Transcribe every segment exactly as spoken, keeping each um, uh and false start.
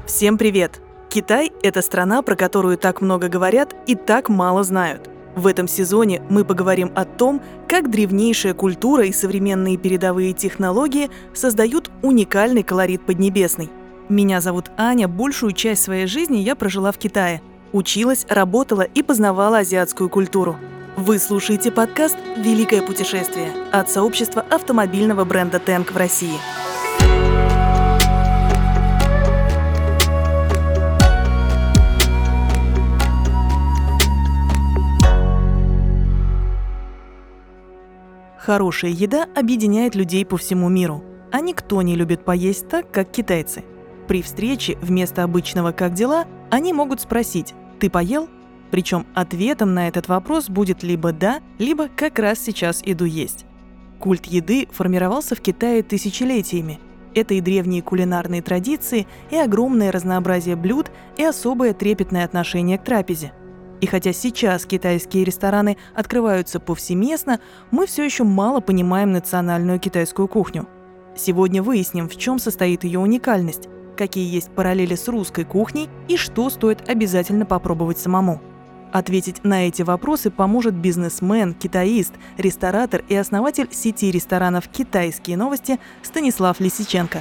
Всем привет! Китай – это страна, про которую так много говорят и так мало знают. В этом сезоне мы поговорим о том, как древнейшая культура и современные передовые технологии создают уникальный колорит Поднебесной. Меня зовут Аня, большую часть своей жизни я прожила в Китае. Училась, работала и познавала азиатскую культуру. Вы слушаете подкаст «Великое путешествие» от сообщества автомобильного бренда «Тэнк» в России. Хорошая еда объединяет людей по всему миру, а никто не любит поесть так, как китайцы. При встрече вместо обычного «как дела» они могут спросить «ты поел?». Причем ответом на этот вопрос будет либо «да», либо «как раз сейчас иду есть». Культ еды формировался в Китае тысячелетиями. Это и древние кулинарные традиции, и огромное разнообразие блюд, и особое трепетное отношение к трапезе. И хотя сейчас китайские рестораны открываются повсеместно, мы все еще мало понимаем национальную китайскую кухню. Сегодня выясним, в чем состоит ее уникальность, какие есть параллели с русской кухней и что стоит обязательно попробовать самому. Ответить на эти вопросы поможет бизнесмен, китаист, ресторатор и основатель сети ресторанов «Китайские новости» Станислав Лисиченко.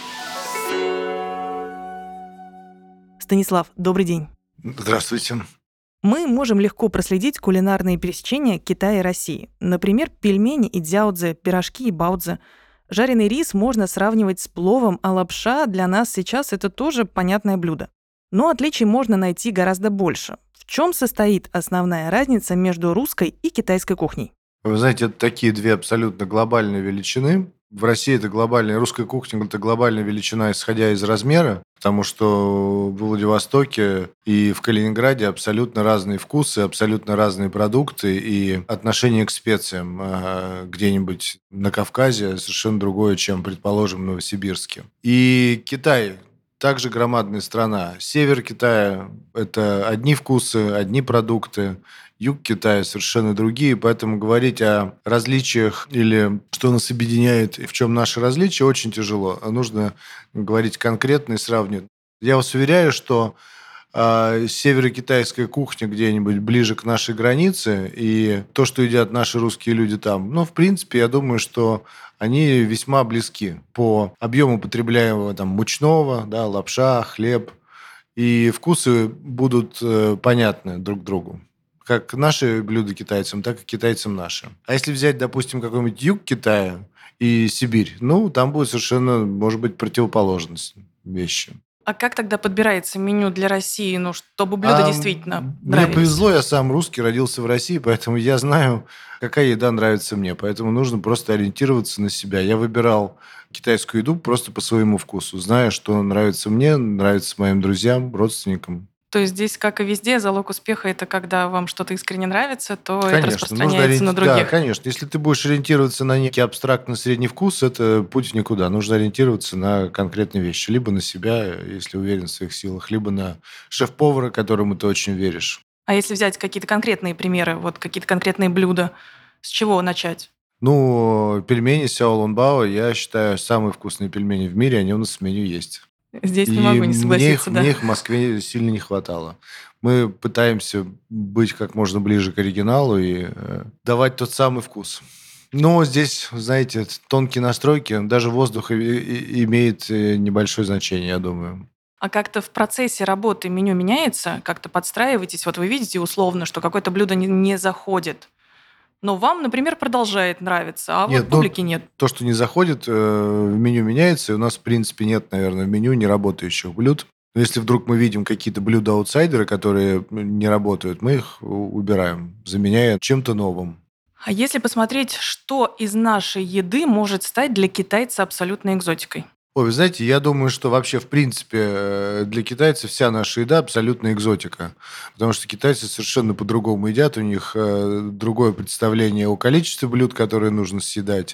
Станислав, добрый день. Здравствуйте. Мы можем легко проследить кулинарные пересечения Китая и России. Например, пельмени и дзяодзе, пирожки и баодзе. Жареный рис можно сравнивать с пловом, а лапша для нас сейчас это тоже понятное блюдо. Но отличий можно найти гораздо больше. В чем состоит основная разница между русской и китайской кухней? Вы знаете, это такие две абсолютно глобальные величины. В России это глобальная, русская кухня – это глобальная величина, исходя из размера, потому что в Владивостоке и в Калининграде абсолютно разные вкусы, абсолютно разные продукты, и отношение к специям где-нибудь на Кавказе совершенно другое, чем, предположим, в Новосибирске. И Китай – также громадная страна. Север Китая – это одни вкусы, одни продукты. Юг Китая совершенно другие, поэтому говорить о различиях или что нас объединяет и в чем наши различия очень тяжело. Нужно говорить конкретно и сравнивать. Я вас уверяю, что э, северокитайская кухня где-нибудь ближе к нашей границе и то, что едят наши русские люди там, ну, в принципе, я думаю, что они весьма близки по объему потребляемого там мучного, да, лапша, хлеб, и вкусы будут э, понятны друг другу. Как наши блюда китайцам, так и китайцам наши. А если взять, допустим, какой-нибудь юг Китая и Сибирь, ну, там будет совершенно, может быть, противоположность вещи. А как тогда подбирается меню для России, ну, чтобы блюда а действительно нравились? Мне повезло, я сам русский, родился в России, поэтому я знаю, какая еда нравится мне. Поэтому нужно просто ориентироваться на себя. Я выбирал китайскую еду просто по своему вкусу, зная, что нравится мне, нравится моим друзьям, родственникам. То есть здесь, как и везде, залог успеха – это когда вам что-то искренне нравится, то Конечно, это распространяется на нужно других. Да, конечно. Если ты будешь ориентироваться на некий абстрактный средний вкус, это путь в никуда. Нужно ориентироваться на конкретные вещи. Либо на себя, если уверен в своих силах, либо на шеф-повара, которому ты очень веришь. А если взять какие-то конкретные примеры, вот какие-то конкретные блюда, с чего начать? Ну, пельмени Сяо Лун Бао, я считаю, самые вкусные пельмени в мире, они у нас в меню есть. Здесь И не могу не согласиться, мне их, да. мне их в Москве сильно не хватало. Мы пытаемся быть как можно ближе к оригиналу и э, давать тот самый вкус. Но здесь, знаете, тонкие настройки, даже воздух и, и, имеет небольшое значение, я думаю. А как-то в процессе работы меню меняется? Как-то подстраиваетесь? Вот вы видите условно, что какое-то блюдо не, не заходит, но вам, например, продолжает нравиться, а Нет, вот публики нет. То, что не заходит, э, в меню меняется. И у нас, в принципе, нет, наверное, в меню неработающих блюд. Но если вдруг мы видим какие-то блюда-аутсайдеры, которые не работают, мы их убираем, заменяя чем-то новым. А если посмотреть, что из нашей еды может стать для китайца абсолютной экзотикой? Ой, вы знаете, я думаю, что вообще, в принципе, для китайцев вся наша еда абсолютно экзотика. Потому что китайцы совершенно по-другому едят, у них э, другое представление о количестве блюд, которые нужно съедать,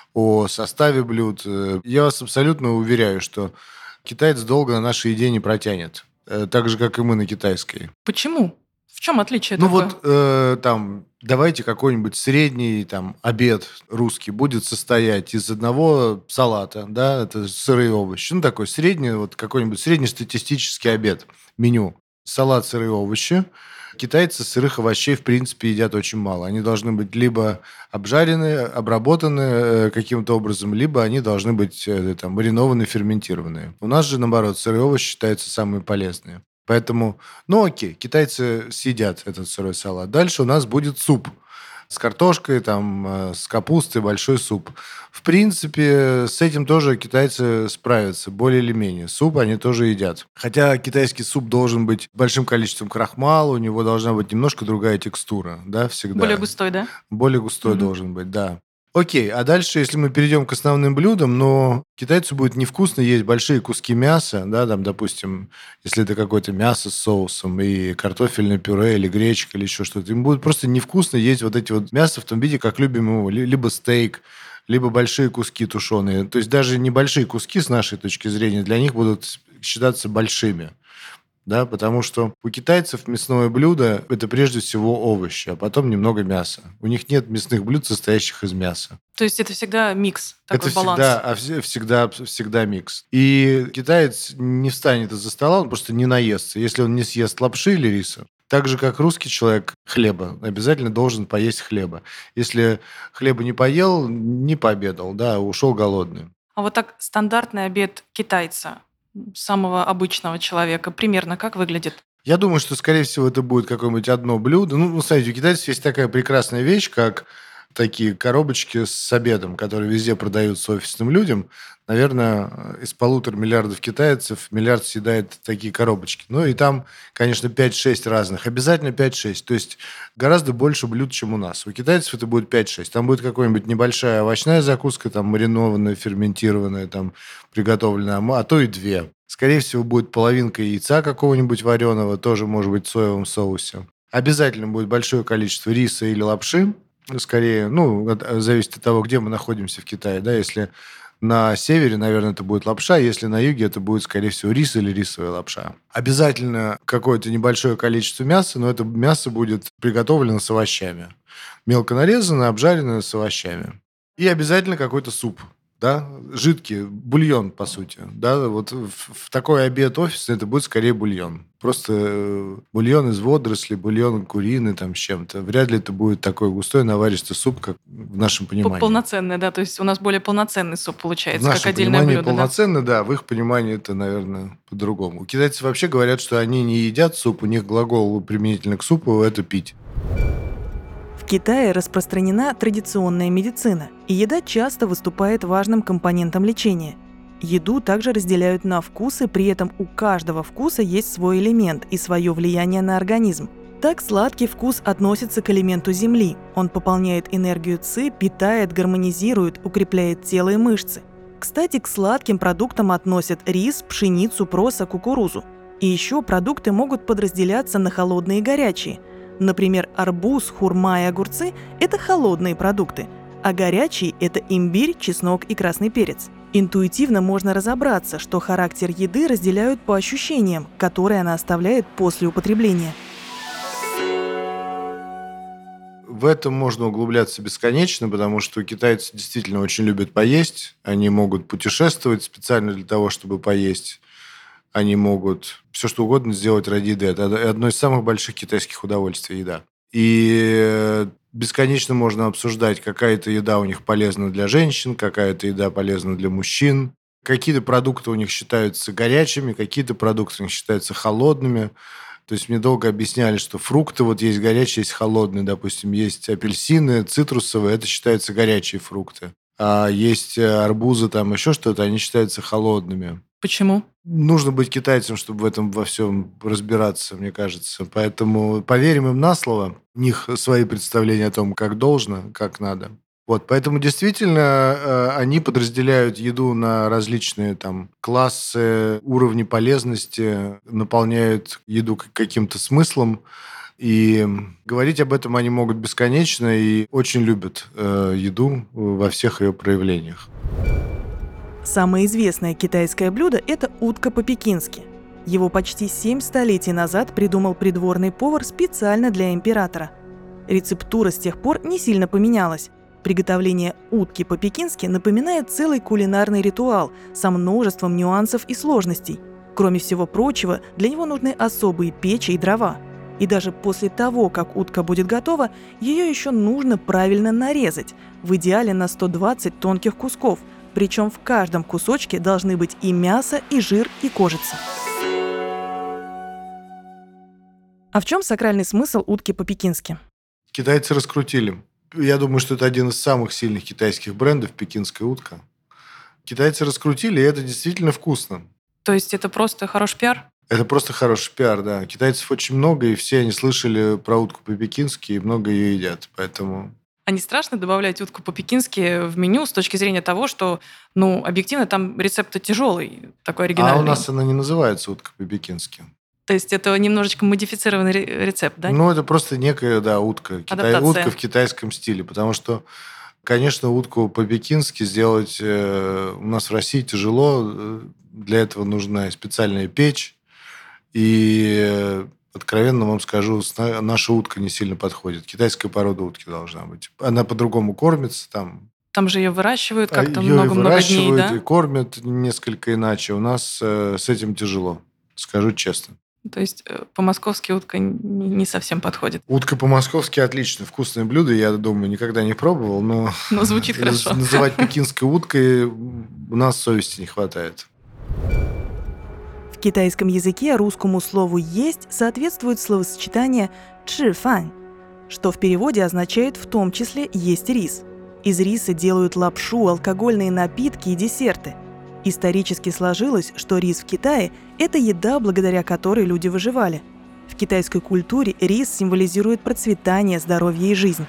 о составе блюд. Я вас абсолютно уверяю, что китаец долго на нашей еде не протянет. э, Так же, как и мы на китайской. Почему? В чем отличие Ну такое? вот э, там давайте какой-нибудь средний там обед русский будет состоять из одного салата, да, это сырые овощи. Ну такой средний, вот какой-нибудь среднестатистический обед, меню. Салат, сырые овощи. Китайцы сырых овощей, в принципе, едят очень мало. Они должны быть либо обжарены, обработаны э, каким-то образом, либо они должны быть э, там, маринованы, ферментированные. У нас же, наоборот, сырые овощи считаются самые полезные. Поэтому, ну окей, китайцы съедят этот сырой салат. Дальше у нас будет суп с картошкой, там, э, с капустой, большой суп. В принципе, с этим тоже китайцы справятся, более или менее. Суп они тоже едят. Хотя китайский суп должен быть большим количеством крахмала, у него должна быть немножко другая текстура, да, Более всегда. густой, да? Более густой Мгм. должен быть, да. Окей, а дальше, если мы перейдем к основным блюдам, но китайцу будет невкусно есть большие куски мяса, да, там, допустим, если это какое-то мясо с соусом и картофельное пюре или гречка или еще что-то, им будет просто невкусно есть вот эти вот мясо в том виде, как любим его, ли- либо стейк, либо большие куски тушеные. То есть даже небольшие куски, с нашей точки зрения, для них будут считаться большими. Да, потому что у китайцев мясное блюдо – это прежде всего овощи, а потом немного мяса. У них нет мясных блюд, состоящих из мяса. То есть это всегда микс, Это такой всегда, баланс. а вс- всегда, всегда микс. И китаец не встанет из-за стола, он просто не наестся. Если он не съест лапши или риса, так же, как русский человек хлеба, обязательно должен поесть хлеба. Если хлеба не поел, не пообедал, да, ушел голодный. А вот так стандартный обед китайца, м, самого обычного человека, примерно как выглядит? Я думаю, что, скорее всего, это будет какое-нибудь одно блюдо. Ну, ну, смотрите, у китайцев есть такая прекрасная вещь, как такие коробочки с обедом, которые везде продаются офисным людям. Наверное, из полутора миллиардов китайцев миллиард съедает такие коробочки. Ну, и там, конечно, пять-шесть разных. Обязательно пять-шесть. То есть гораздо больше блюд, чем у нас. У китайцев это будет пять-шесть. Там будет какая-нибудь небольшая овощная закуска, там маринованная, ферментированная, там приготовленная, а то и две. Скорее всего, будет половинка яйца какого-нибудь вареного, тоже, может быть, в соевом соусе. Обязательно будет большое количество риса или лапши. Скорее, ну, от- зависит от того, где мы находимся в Китае. Да? Если на севере, наверное, это будет лапша, если на юге, это будет, скорее всего, рис или рисовая лапша. Обязательно какое-то небольшое количество мяса, но это мясо будет приготовлено с овощами. Мелко нарезано, обжарено с овощами. И обязательно какой-то суп, да, жидкий, бульон, по сути, да, вот в, в такой обед офисный это будет скорее бульон. Просто э, бульон из водорослей, бульон куриный там с чем-то. Вряд ли это будет такой густой наваристый суп, как в нашем П- понимании. Полноценный, да, то есть у нас более полноценный суп В получается, как нашем отдельное понимании блюдо, да? полноценно, да, в их понимании это, наверное, по-другому. У китайцев вообще говорят, что они не едят суп, у них глагол применительно к супу – это пить. В Китае распространена традиционная медицина, и еда часто выступает важным компонентом лечения. Еду также разделяют на вкусы, при этом у каждого вкуса есть свой элемент и свое влияние на организм. Так сладкий вкус относится к элементу земли. Он пополняет энергию ци, питает, гармонизирует, укрепляет тело и мышцы. Кстати, к сладким продуктам относят рис, пшеницу, проса, кукурузу. И еще продукты могут подразделяться на холодные и горячие. Например, арбуз, хурма и огурцы – это холодные продукты, а горячие – это имбирь, чеснок и красный перец. Интуитивно можно разобраться, что характер еды разделяют по ощущениям, которые она оставляет после употребления. В этом можно углубляться бесконечно, потому что китайцы действительно очень любят поесть. Они могут путешествовать специально для того, чтобы поесть. Они могут все что угодно сделать ради еды. Это одно из самых больших китайских удовольствий – еда. И бесконечно можно обсуждать, какая-то еда у них полезна для женщин, какая-то еда полезна для мужчин. Какие-то продукты у них считаются горячими, какие-то продукты у них считаются холодными. То есть мне долго объясняли, что фрукты, вот есть горячие, есть холодные. Допустим, есть апельсины, цитрусовые, это считаются горячие фрукты. А есть арбузы, там еще что-то, они считаются холодными. Почему? Нужно быть китайцем, чтобы в этом во всем разбираться, мне кажется. Поэтому поверим им на слово. У них свои представления о том, как должно, как надо. Вот, поэтому действительно э, они подразделяют еду на различные там классы, уровни полезности, наполняют еду к- каким-то смыслом. И говорить об этом они могут бесконечно и очень любят э, еду во всех ее проявлениях. Самое известное китайское блюдо – это утка по-пекински. Его почти семь столетий назад придумал придворный повар специально для императора. Рецептура с тех пор не сильно поменялась. Приготовление утки по-пекински напоминает целый кулинарный ритуал со множеством нюансов и сложностей. Кроме всего прочего, для него нужны особые печи и дрова. И даже после того, как утка будет готова, ее еще нужно правильно нарезать, в идеале на сто двадцать тонких кусков, причем в каждом кусочке должны быть и мясо, и жир, и кожица. А в чем сакральный смысл утки по-пекински? Китайцы раскрутили. Я думаю, что это один из самых сильных китайских брендов – пекинская утка. Китайцы раскрутили, и это действительно вкусно. То есть это просто хороший пиар? Это просто хороший пиар, да. Китайцев очень много, и все они слышали про утку по-пекински, и много ее едят, поэтому... А не страшно добавлять утку по-пекински в меню с точки зрения того, что, ну, объективно, там рецепт тяжелый, такой оригинальный? А у нас она не называется утка по-пекински. То есть это немножечко модифицированный рецепт, да? Ну, это просто некая, да, утка. Китай... Адаптация. Утка в китайском стиле. Потому что, конечно, утку по-пекински сделать э, у нас в России тяжело. Для этого нужна специальная печь. И, э, откровенно вам скажу, наша утка не сильно подходит. Китайская порода утки должна быть. Она по-другому кормится там. Там же ее выращивают как-то Ее много-много дней, да? выращивают и кормят несколько иначе. У нас э, с этим тяжело, скажу честно. То есть по-московски утка не совсем подходит. Утка по-московски отлично. Вкусное блюдо, я думаю, никогда не пробовал, но... Но звучит хорошо. Называть пекинской уткой у нас совести не хватает. В китайском языке русскому слову «есть» соответствует словосочетание «чжифань», что в переводе означает в том числе «есть рис». Из риса делают лапшу, алкогольные напитки и десерты. Исторически сложилось, что рис в Китае – это еда, благодаря которой люди выживали. В китайской культуре рис символизирует процветание, здоровье и жизнь.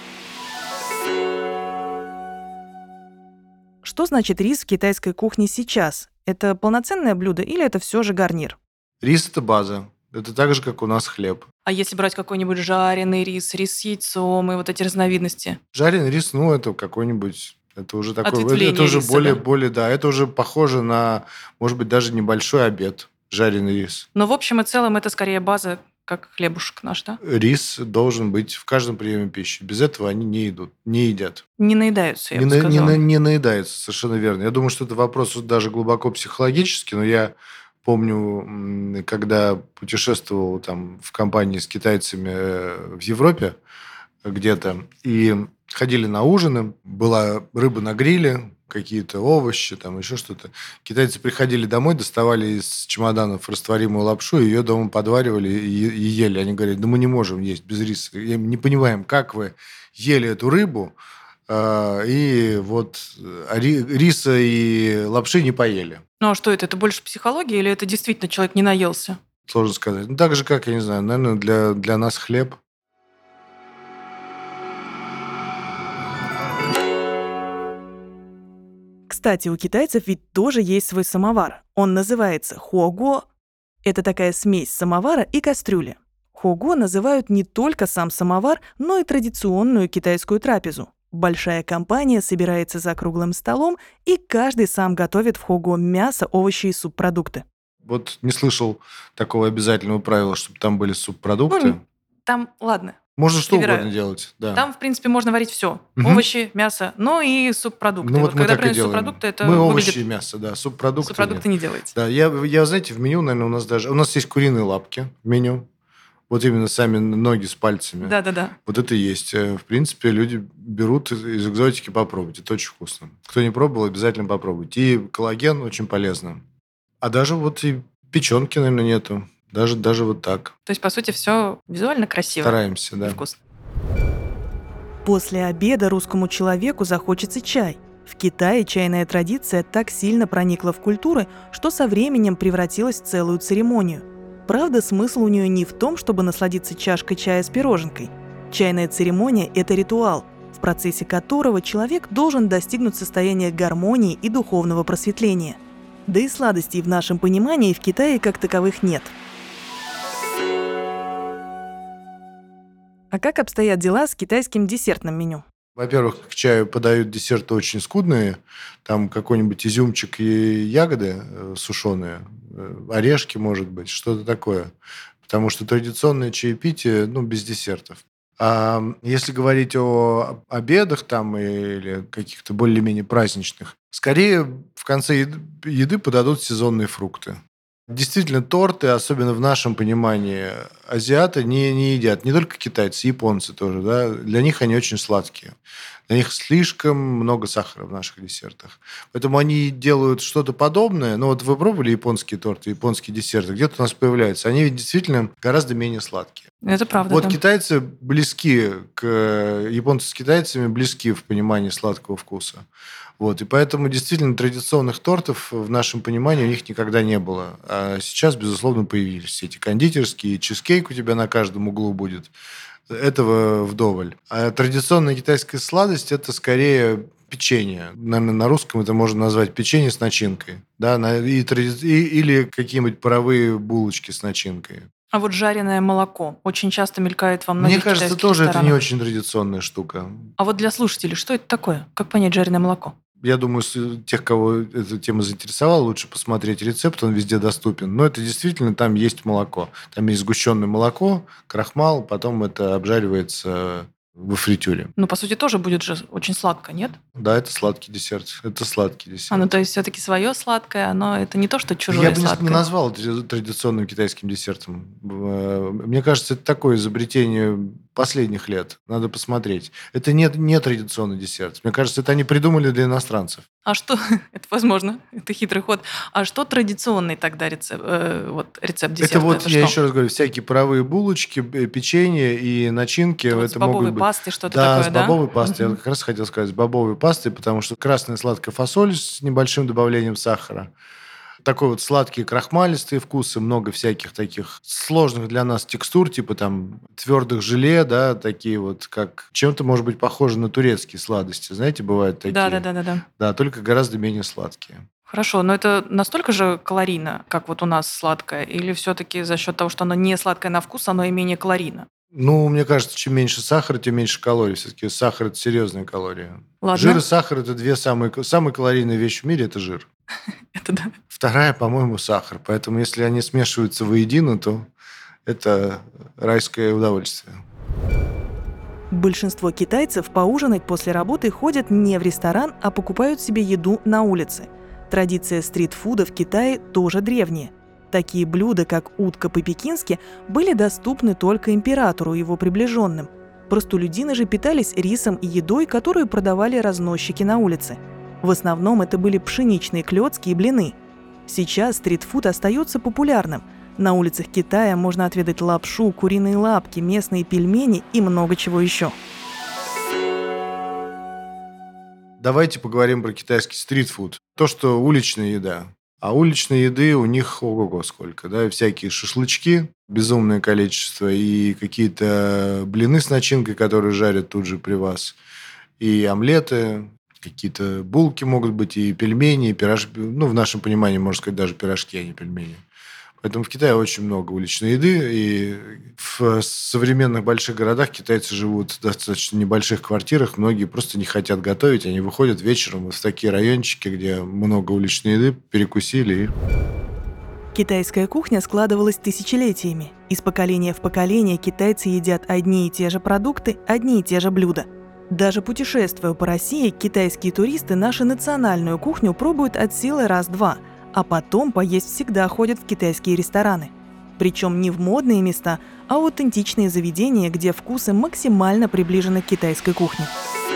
Что значит рис в китайской кухне сейчас? Это полноценное блюдо или это все же гарнир? Рис – это база. Это так же, как у нас хлеб. А если брать какой-нибудь жареный рис, рис с яйцом и вот эти разновидности? Жареный рис, ну, это какой-нибудь... Это уже такое, Ответвление это уже риса, более, да? более, да, это уже похоже на, может быть, даже небольшой обед, жареный рис. Но в общем и целом это скорее база, как хлебушек наш, да? Рис должен быть в каждом приеме пищи. Без этого они не идут, не едят. Не наедаются, я не, бы на, сказала. не, не наедаются, совершенно верно. Я думаю, что это вопрос даже глубоко психологический, но я помню, когда путешествовал там в компании с китайцами в Европе где-то, и ходили на ужины, была рыба на гриле, какие-то овощи, там еще что-то. Китайцы приходили домой, доставали из чемоданов растворимую лапшу, ее дома подваривали и, и ели. Они говорят, да мы не можем есть без риса. Я не понимаем, как вы ели эту рыбу, э, и вот ри, риса и лапши не поели. Ну а что это? Это больше психология или это действительно человек не наелся? Сложно сказать. Ну, так же, как, я не знаю, наверное, для, для нас хлеб. Кстати, у китайцев ведь тоже есть свой самовар. Он называется хуого. Это такая смесь самовара и кастрюли. Хуого называют не только сам самовар, но и традиционную китайскую трапезу. Большая компания собирается за круглым столом, и каждый сам готовит в хуого мясо, овощи и субпродукты. Вот не слышал такого обязательного правила, чтобы там были субпродукты. Ну, там, ладно. Можно что Выбираю. угодно делать. Да. Там, в принципе, можно варить все. Угу. Овощи, мясо, но и субпродукты. Ну, вот вот мы когда так и приносят делаем. субпродукты, это мы выглядит... овощи и мясо, да. Субпродукты, Субпродукты нет. не делаете. Да, я, я, знаете, в меню, наверное, у нас даже... У нас есть куриные лапки в меню. Вот именно сами ноги с пальцами. Да-да-да. Вот это есть. В принципе, люди берут из экзотики попробовать. Это очень вкусно. Кто не пробовал, обязательно попробуйте. И коллаген очень полезно. А даже вот и печенки, наверное, нету. Даже, даже вот так. То есть, по сути, все визуально красиво. Стараемся, да. И вкусно. После обеда русскому человеку захочется чай. В Китае чайная традиция так сильно проникла в культуру, что со временем превратилась в целую церемонию. Правда, смысл у нее не в том, чтобы насладиться чашкой чая с пироженкой. Чайная церемония – это ритуал, в процессе которого человек должен достигнуть состояния гармонии и духовного просветления. Да и сладостей в нашем понимании в Китае как таковых нет. А как обстоят дела с китайским десертным меню? Во-первых, к чаю подают десерты очень скудные. Там какой-нибудь изюмчик и ягоды сушеные. орешки, может быть, что-то такое. Потому что традиционное чаепитие, ну, без десертов. А если говорить о обедах там или каких-то более-менее праздничных, скорее в конце еды, еды подадут сезонные фрукты. Действительно, торты, особенно в нашем понимании, азиаты не, не едят. Не только китайцы, японцы тоже. Да? Для них они очень сладкие. Для них слишком много сахара в наших десертах. Поэтому они делают что-то подобное. Ну вот вы пробовали японские торты, японские десерты? Где-то у нас появляются. Они ведь действительно гораздо менее сладкие. Это правда, Вот да. китайцы близки к... Японцы с китайцами близки в понимании сладкого вкуса. Вот, и поэтому действительно традиционных тортов в нашем понимании у них никогда не было. А сейчас, безусловно, появились все эти кондитерские, чизкейк у тебя на каждом углу будет. Этого вдоволь. А традиционная китайская сладость – это скорее печенье. Наверное, на русском это можно назвать печенье с начинкой. Да? И, тради... Или какие-нибудь паровые булочки с начинкой. А вот жареное молоко очень часто мелькает во многих Мне кажется, китайских тоже это не ресторанах. очень традиционная штука. А вот для слушателей, что это такое? Как понять жареное молоко? Я думаю, тех, кого эта тема заинтересовала, лучше посмотреть рецепт, он везде доступен. Но это действительно, там есть молоко. Там есть сгущенное молоко, крахмал, потом это обжаривается во фритюре. Ну, по сути, тоже будет же очень сладко, нет? Да, это сладкий десерт. Это сладкий десерт. А, ну то есть все-таки свое сладкое, но это не то, что чужое Я бы сладкое. не назвал это традиционным китайским десертом. Мне кажется, это такое изобретение последних лет. Надо посмотреть. Это не, не традиционный десерт. Мне кажется, это они придумали для иностранцев. А что, это возможно, это хитрый ход. А что традиционный тогда рецепт, э, вот, рецепт десерта? Это вот, это я что? еще раз говорю, всякие паровые булочки, печенье и начинки. Вот это с бобовой могут быть... пастой что-то да, такое, с да? бобовой пастой. Мгм. Я как раз хотел сказать, с бобовой пастой, потому что красная сладкая фасоль с небольшим добавлением сахара. Такой вот сладкие крахмалистые вкусы, много всяких таких сложных для нас текстур, типа там твердых желе, да, такие вот, как чем-то, может быть, похоже на турецкие сладости. Знаете, бывают такие. Да, да, да, да, да. Да, только гораздо менее сладкие. Хорошо, но это настолько же калорийно, как вот у нас сладкое, или все-таки за счет того, что оно не сладкое на вкус, оно и менее калорийно? Ну, мне кажется, чем меньше сахара, тем меньше калорий. Все-таки сахар – это серьезные калории. Ладно. Жир и сахар – это две самые, самые калорийные вещи в мире – это жир. Это да. Вторая, по-моему, сахар. Поэтому, если они смешиваются воедино, то это райское удовольствие. Большинство китайцев поужинать после работы ходят не в ресторан, а покупают себе еду на улице. Традиция стритфуда в Китае тоже древняя. Такие блюда, как утка по-пекински, были доступны только императору и его приближенным. Простолюдины же питались рисом и едой, которую продавали разносчики на улице. В основном это были пшеничные клёцки и блины. Сейчас стритфуд остается популярным. На улицах Китая можно отведать лапшу, куриные лапки, местные пельмени и много чего еще. Давайте поговорим про китайский стритфуд. То, что уличная еда. А уличной еды у них ого-го сколько, да, всякие шашлычки, безумное количество, и какие-то блины с начинкой, которые жарят тут же при вас, и омлеты, какие-то булки могут быть, и пельмени, и пирожки. Ну, в нашем понимании, можно сказать, даже пирожки, а не пельмени. Поэтому в Китае очень много уличной еды, и в современных больших городах китайцы живут в достаточно небольших квартирах, многие просто не хотят готовить, они выходят вечером в такие райончики, где много уличной еды, перекусили и... Китайская кухня складывалась тысячелетиями. Из поколения в поколение китайцы едят одни и те же продукты, одни и те же блюда. Даже путешествуя по России, китайские туристы нашу национальную кухню пробуют от силы раз-два, а потом поесть всегда ходят в китайские рестораны. Причем не в модные места, а в аутентичные заведения, где вкусы максимально приближены к китайской кухне.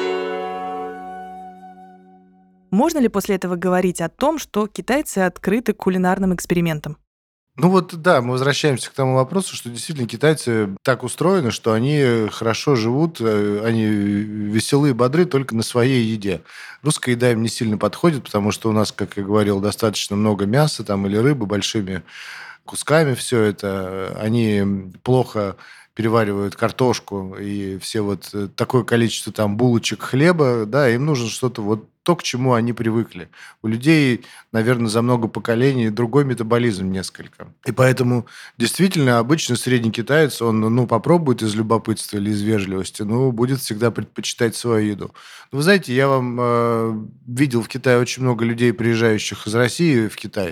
Можно ли после этого говорить о том, что китайцы открыты к кулинарным экспериментам? Ну вот да, мы возвращаемся к тому вопросу, что действительно китайцы так устроены, что они хорошо живут, они веселые, бодры только на своей еде. Русская еда им не сильно подходит, потому что у нас, как я говорил, достаточно много мяса там, или рыбы большими кусками все это. Они плохо переваривают картошку и все вот такое количество там булочек, хлеба, да, им нужно что-то вот то, к чему они привыкли. У людей, наверное, за много поколений другой метаболизм несколько. И поэтому действительно обычно средний китаец, он, ну, попробует из любопытства или из вежливости, но будет всегда предпочитать свою еду. Но вы знаете, я вам э, видел в Китае очень много людей, приезжающих из России в Китай.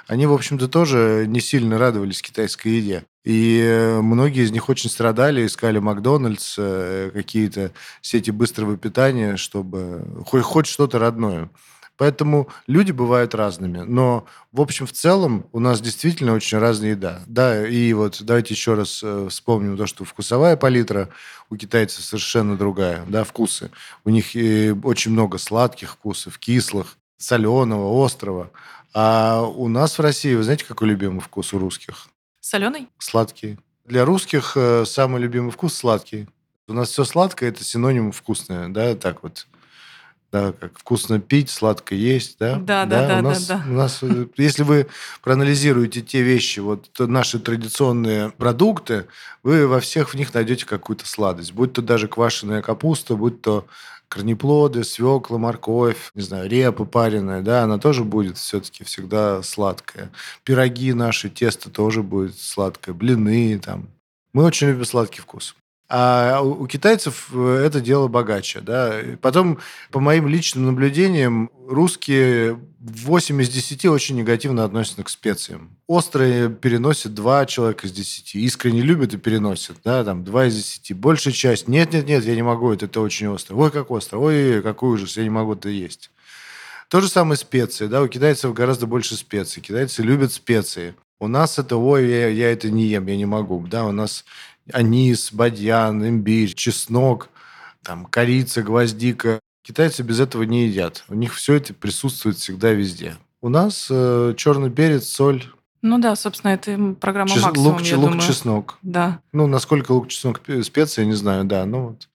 они, в общем-то, тоже не сильно радовались китайской еде. И многие из них очень страдали, искали Макдональдс, какие-то сети быстрого питания, чтобы хоть, хоть что-то родное. Поэтому люди бывают разными. Но, в общем, в целом у нас действительно очень разная еда. Да, и вот давайте еще раз э, вспомним то, что вкусовая палитра у китайцев совершенно другая. Да, вкусы. У них и очень много сладких вкусов, кислых, соленого, острого. А у нас в России, вы знаете, какой любимый вкус у русских? Соленый? Сладкий. Для русских э, самый любимый вкус сладкий. У нас все сладкое – это синоним вкусное, да, так вот. Да, как вкусно пить, сладко есть, да? Да, да, да, у да, нас, да. у нас, э, если вы проанализируете те вещи, вот то наши традиционные продукты, вы во всех в них найдете какую-то сладость. Будь то даже квашеная капуста, будь то корнеплоды, свекла, морковь, не знаю, репа пареная, да, она тоже будет все-таки всегда сладкая. Пироги наши, тесто тоже будет сладкое, блины там. Мы очень любим сладкий вкус. А у у китайцев э, это дело богаче, да. И потом, по моим личным наблюдениям, русские восемь из десяти очень негативно относятся к специям. Острые переносят два человека из десяти. Искренне любят и переносят, да, там, два из десяти. Большая часть, нет-нет-нет, я не могу, это, это очень остро. Ой, как остро, ой, какой ужас, я не могу это есть. То же самое специи, да, у китайцев гораздо больше специй. Китайцы любят специи. У нас это, ой, я, я это не ем, я не могу, да, у нас анис, бадьян, имбирь, чеснок, там, корица, гвоздика. Китайцы без этого не едят. У них все это присутствует всегда везде. У нас э, черный перец, соль, Ну да, собственно, это м, программа чес- «Максимум», лук, я лук, думаю. чеснок. Да. Ну, насколько лук, чеснок пе- специи, я не знаю, да, ну вот.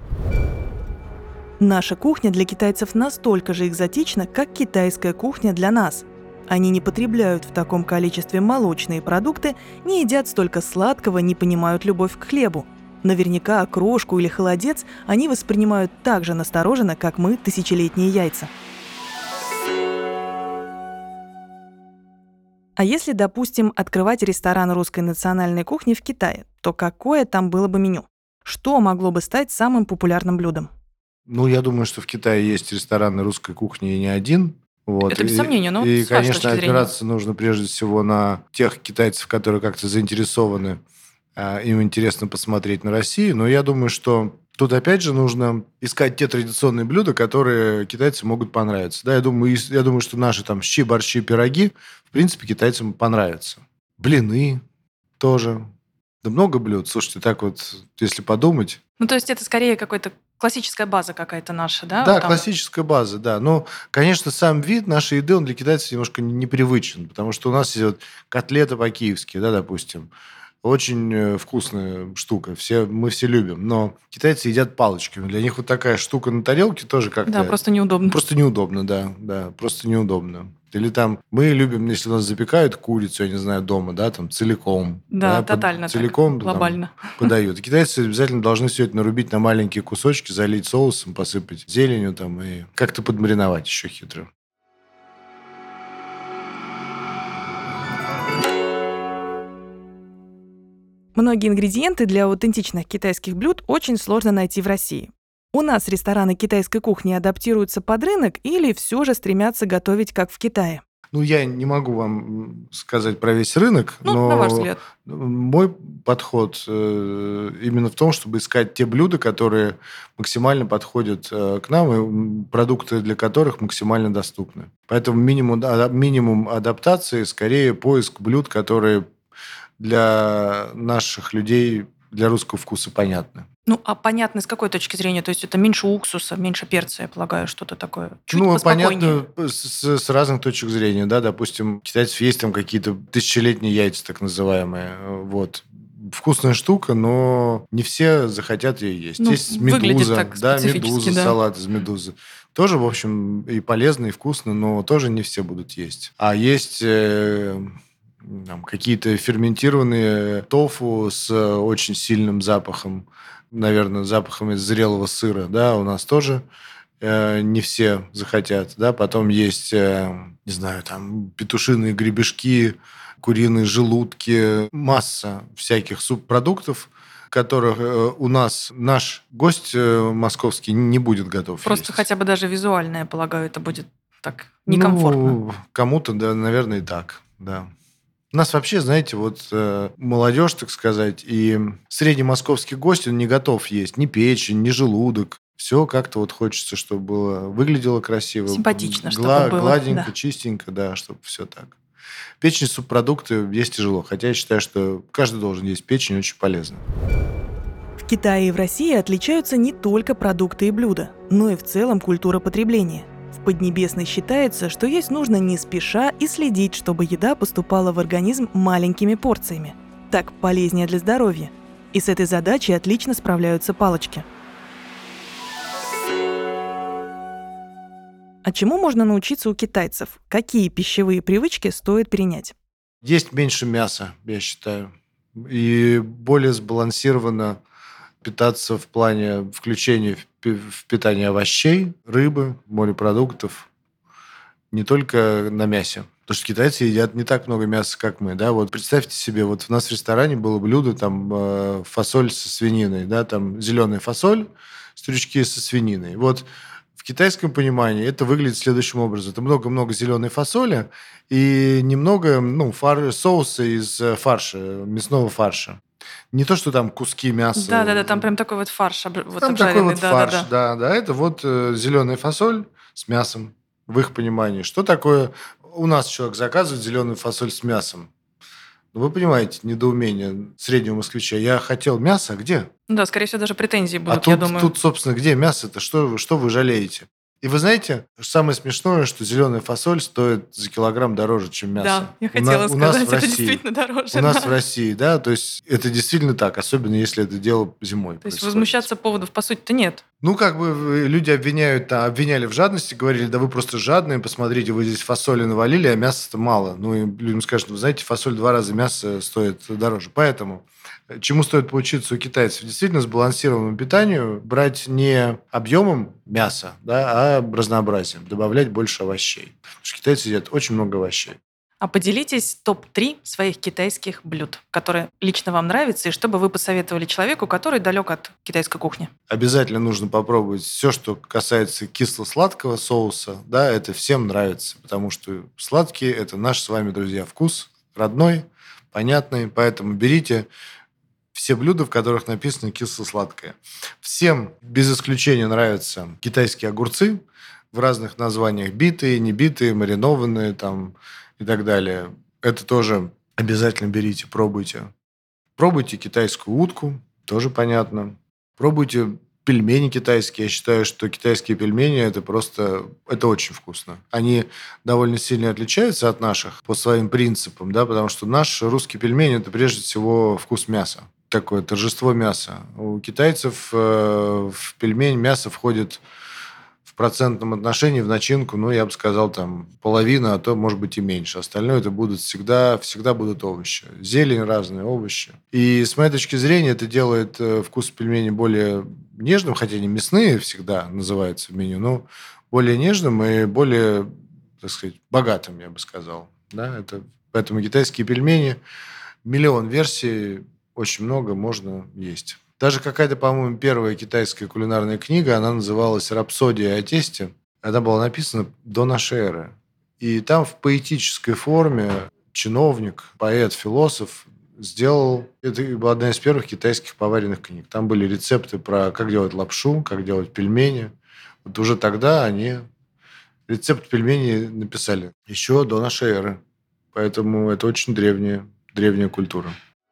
Наша кухня для китайцев настолько же экзотична, как китайская кухня для нас. Они не потребляют в таком количестве молочные продукты, не едят столько сладкого, не понимают любовь к хлебу. Наверняка окрошку или холодец они воспринимают так же настороженно, как мы тысячелетние яйца. А если, допустим, открывать ресторан русской национальной кухни в Китае, то какое там было бы меню? Что могло бы стать самым популярным блюдом? Ну, я думаю, что в Китае есть рестораны русской кухни и не один. Вот. Это без И, сомнения, но вот и, с вашей конечно, точки зрения. опираться нужно прежде всего на тех китайцев, которые как-то заинтересованы, а, им интересно посмотреть на Россию. Но я думаю, что тут опять же нужно искать те традиционные блюда, которые китайцам могут понравиться. Да, я думаю, и- я думаю, что наши там щи, борщи, пироги, в принципе, китайцам понравятся. Блины тоже. Да много блюд. Слушайте, так вот, если подумать, Ну, то есть это скорее какая-то классическая база какая-то наша, да? да, вот там? классическая база, да. Но, конечно, сам вид нашей еды, он для китайцев немножко не- непривычен, потому что у нас идет котлета по-киевски, да, допустим. Очень э, вкусная штука. Все, мы все любим. Но китайцы едят палочками. Для них вот такая штука на тарелке тоже как-то... Да, просто неудобно. Просто неудобно, да. Да, просто неудобно. Или там мы любим, если у нас запекают курицу, я не знаю, дома, да, там целиком. Да, под- тотально так, целиком там глобально. подают. И китайцы обязательно должны все это нарубить на маленькие кусочки, залить соусом, посыпать зеленью там и как-то подмариновать еще хитро. Многие ингредиенты для аутентичных китайских блюд очень сложно найти в России. У нас рестораны китайской кухни адаптируются под рынок или все же стремятся готовить как в Китае? Ну, я не могу вам м, сказать про весь рынок, Ну, но на ваш взгляд. мой подход э, именно в том, чтобы искать те блюда, которые максимально подходят э, к нам, и м, продукты для которых максимально доступны. Поэтому минимум, а- минимум адаптации, скорее поиск блюд, которые для наших людей, для русского вкуса понятны. Ну, а понятно, с какой точки зрения? То есть это меньше уксуса, меньше перца, я полагаю, что-то такое. Чуть Ну, поспокойнее. понятно, с, с разных точек зрения, да, допустим, у китайцев есть там какие-то тысячелетние яйца, так называемые, э, вот. Вкусная штука, но не все захотят ее есть. Ну, Есть выглядит медуза, так да, специфически, медуза, да. салат из медузы. Тоже, в общем, и полезно, и вкусно, но тоже не все будут есть. А есть э, там, какие-то ферментированные тофу с э, очень сильным запахом, наверное, запахом из зрелого сыра, да, у нас тоже э, не все захотят, да, потом есть, э, не знаю, там, петушиные гребешки, куриные желудки, масса всяких субпродуктов, которых э, у нас наш гость э, московский не будет готов Просто есть. хотя бы даже визуально, я полагаю, это будет так некомфортно. Ну, кому-то, да, наверное, и так. да. У нас вообще, знаете, вот э, молодежь, так сказать, и среднемосковский гость, он не готов есть ни печень, ни желудок. Все как-то вот хочется, чтобы было, выглядело красиво. Симпатично, чтобы гла- было, Гладенько, да. чистенько, да, чтобы все так. Печень, субпродукты есть тяжело. Хотя я считаю, что каждый должен есть печень, очень полезно. В Китае и в России отличаются не только продукты и блюда, но и в целом культура потребления. В Поднебесной считается, что есть нужно не спеша и следить, чтобы еда поступала в организм маленькими порциями. Так полезнее для здоровья. И с этой задачей отлично справляются палочки. А чему можно научиться у китайцев? Какие пищевые привычки стоит перенять? Есть меньше мяса, я считаю. И более сбалансированно питаться в плане включения в пи- в питание овощей, рыбы, морепродуктов, не только на мясе. Потому что китайцы едят не так много мяса, как мы, да. Вот представьте себе, вот у нас в ресторане было блюдо, там, э, фасоль со свининой, да, там зеленая фасоль, стручки со свининой. Вот в китайском понимании это выглядит следующим образом. Это много-много зеленой фасоли и немного, ну, фар- соуса из э, фарша, мясного фарша. Не то, что там куски мяса. Да-да-да, там прям такой вот фарш обр- вот Там такой обжаренный, вот фарш, да-да-да. да, да. Это вот э, зеленая фасоль с мясом, в их понимании. Что такое? У нас человек заказывает зеленую фасоль с мясом. Ну, вы понимаете, недоумение среднего москвича. Я хотел мясо, а где? Ну да, скорее всего, даже претензии А будут, я тут, думаю. тут, собственно, где мясо-то? Что, вы- что вы жалеете? И вы знаете, самое смешное, что зеленая фасоль стоит за килограмм дороже, чем мясо. Да, я У на- хотела у нас сказать, в это России. действительно дороже. У нас да. в России, да, то есть это действительно так, особенно если это дело зимой То есть происходит. возмущаться поводов, по сути-то, нет. Ну, как бы э, люди обвиняют, там, обвиняли в жадности, говорили, да вы просто жадные, посмотрите, вы здесь фасоли навалили, а мяса-то мало. Ну, и людям скажут, вы знаете, фасоль в два раза мясо стоит дороже. Поэтому э, чему стоит поучиться у китайцев? Действительно, сбалансированному питанию брать не объемом мяса, да, а разнообразием, добавлять больше овощей. Потому что китайцы едят очень много овощей. А поделитесь топ три своих китайских блюд, которые лично вам нравятся, и что бы вы посоветовали человеку, который далек от китайской кухни. Обязательно нужно попробовать все, что касается кисло-сладкого соуса. Да, это всем нравится, потому что сладкие – это наш с вами, друзья, вкус родной, понятный. Поэтому берите все блюда, в которых написано кисло-сладкое. Всем без исключения нравятся китайские огурцы в разных названиях. Битые, небитые, маринованные там, и так далее. Это тоже обязательно берите, пробуйте. Пробуйте китайскую утку, тоже понятно. Пробуйте пельмени китайские. Я считаю, что китайские пельмени – это просто… Это очень вкусно. Они довольно сильно отличаются от наших по своим принципам, да, потому что наш русский пельмень – это прежде всего вкус мяса. Такое торжество мяса. У китайцев э, в пельмень мясо входит в процентном отношении в начинку, ну, я бы сказал, там, половина, а то, может быть, и меньше. Остальное это будут всегда, всегда будут овощи. Зелень, разные овощи. И с моей точки зрения это делает э, вкус пельменей более нежным, хотя они мясные всегда называются в меню, но более нежным и более, так сказать, богатым, я бы сказал. Да, это, поэтому китайские пельмени, миллион версий, очень много можно есть. Даже какая-то, по-моему, первая китайская кулинарная книга, она называлась «Рапсодия о тесте». Она была написана до нашей эры. И там в поэтической форме чиновник, поэт, философ сделал... Это была одна из первых китайских поваренных книг. Там были рецепты про как делать лапшу, как делать пельмени. Вот уже тогда они рецепт пельменей написали. Еще до нашей эры. Поэтому это очень древняя, древняя культура.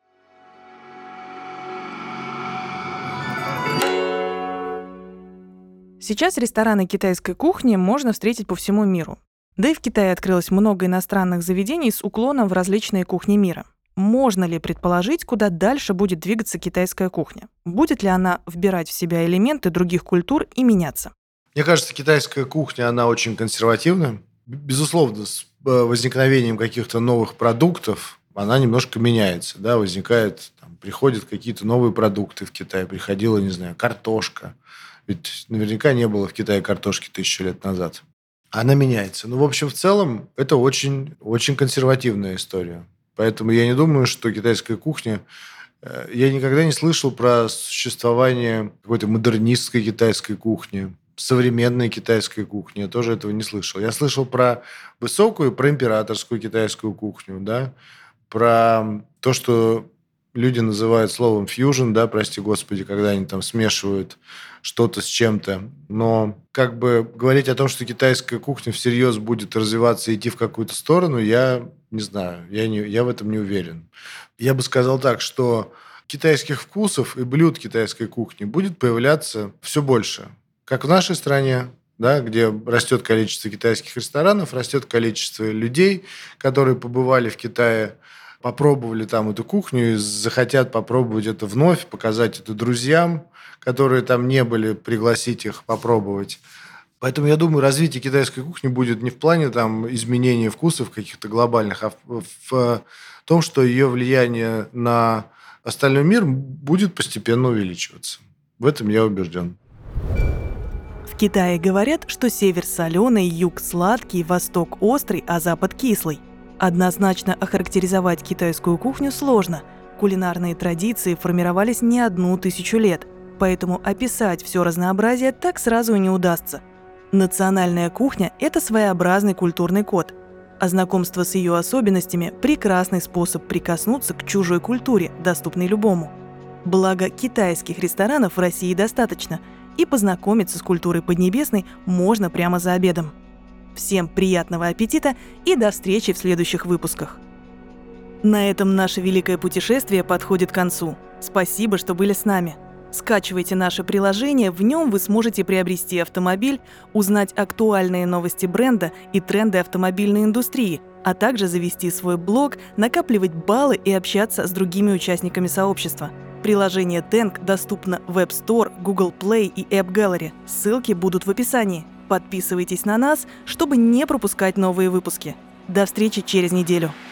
Сейчас рестораны китайской кухни можно встретить по всему миру. Да и в Китае открылось много иностранных заведений с уклоном в различные кухни мира. Можно ли предположить, куда дальше будет двигаться китайская кухня? Будет ли она вбирать в себя элементы других культур и меняться? Мне кажется, китайская кухня, она очень консервативна. Безусловно, с э, возникновением каких-то новых продуктов она немножко меняется. Да? Возникает, там, приходят какие-то новые продукты в Китай. Приходила, не знаю, картошка. Ведь наверняка не было в Китае картошки тысячу лет назад. Она меняется. Ну, в общем, в целом, это очень, очень консервативная история. Поэтому я не думаю, что китайская кухня... Я никогда не слышал про существование какой-то модернистской китайской кухни. современной китайской кухни. Я тоже этого не слышал. Я слышал про высокую, про императорскую китайскую кухню, да, про то, что люди называют словом фьюжн, да, прости господи, когда они там смешивают что-то с чем-то. Но как бы говорить о том, что китайская кухня всерьез будет развиваться и идти в какую-то сторону, я не знаю, я, не, я в этом не уверен. Я бы сказал так, что китайских вкусов и блюд китайской кухни будет появляться все больше. Как в нашей стране, да, где растет количество китайских ресторанов, растет количество людей, которые побывали в Китае, попробовали там эту кухню и захотят попробовать это вновь, показать это друзьям, которые там не были, пригласить их попробовать. Поэтому я думаю, развитие китайской кухни будет не в плане там изменения вкусов каких-то глобальных, а в, в том, что ее влияние на остальной мир будет постепенно увеличиваться. В этом я убежден. В Китае говорят, что север соленый, юг сладкий, восток острый, а запад кислый. Однозначно охарактеризовать китайскую кухню сложно. Кулинарные традиции формировались не одну тысячу лет, поэтому описать все разнообразие так сразу и не удастся. Национальная кухня – это своеобразный культурный код, а знакомство с ее особенностями – прекрасный способ прикоснуться к чужой культуре, доступной любому. Благо, китайских ресторанов в России достаточно, и познакомиться с культурой Поднебесной можно прямо за обедом. Всем приятного аппетита и до встречи в следующих выпусках. На этом наше великое путешествие подходит к концу. Спасибо, что были с нами. Скачивайте наше приложение, в нем вы сможете приобрести автомобиль, узнать актуальные новости бренда и тренды автомобильной индустрии, а также завести свой блог, накапливать баллы и общаться с другими участниками сообщества. Приложение Тэнк доступно в App Store, Google Play и App Gallery. Ссылки будут в описании. Подписывайтесь на нас, чтобы не пропускать новые выпуски. До встречи через неделю.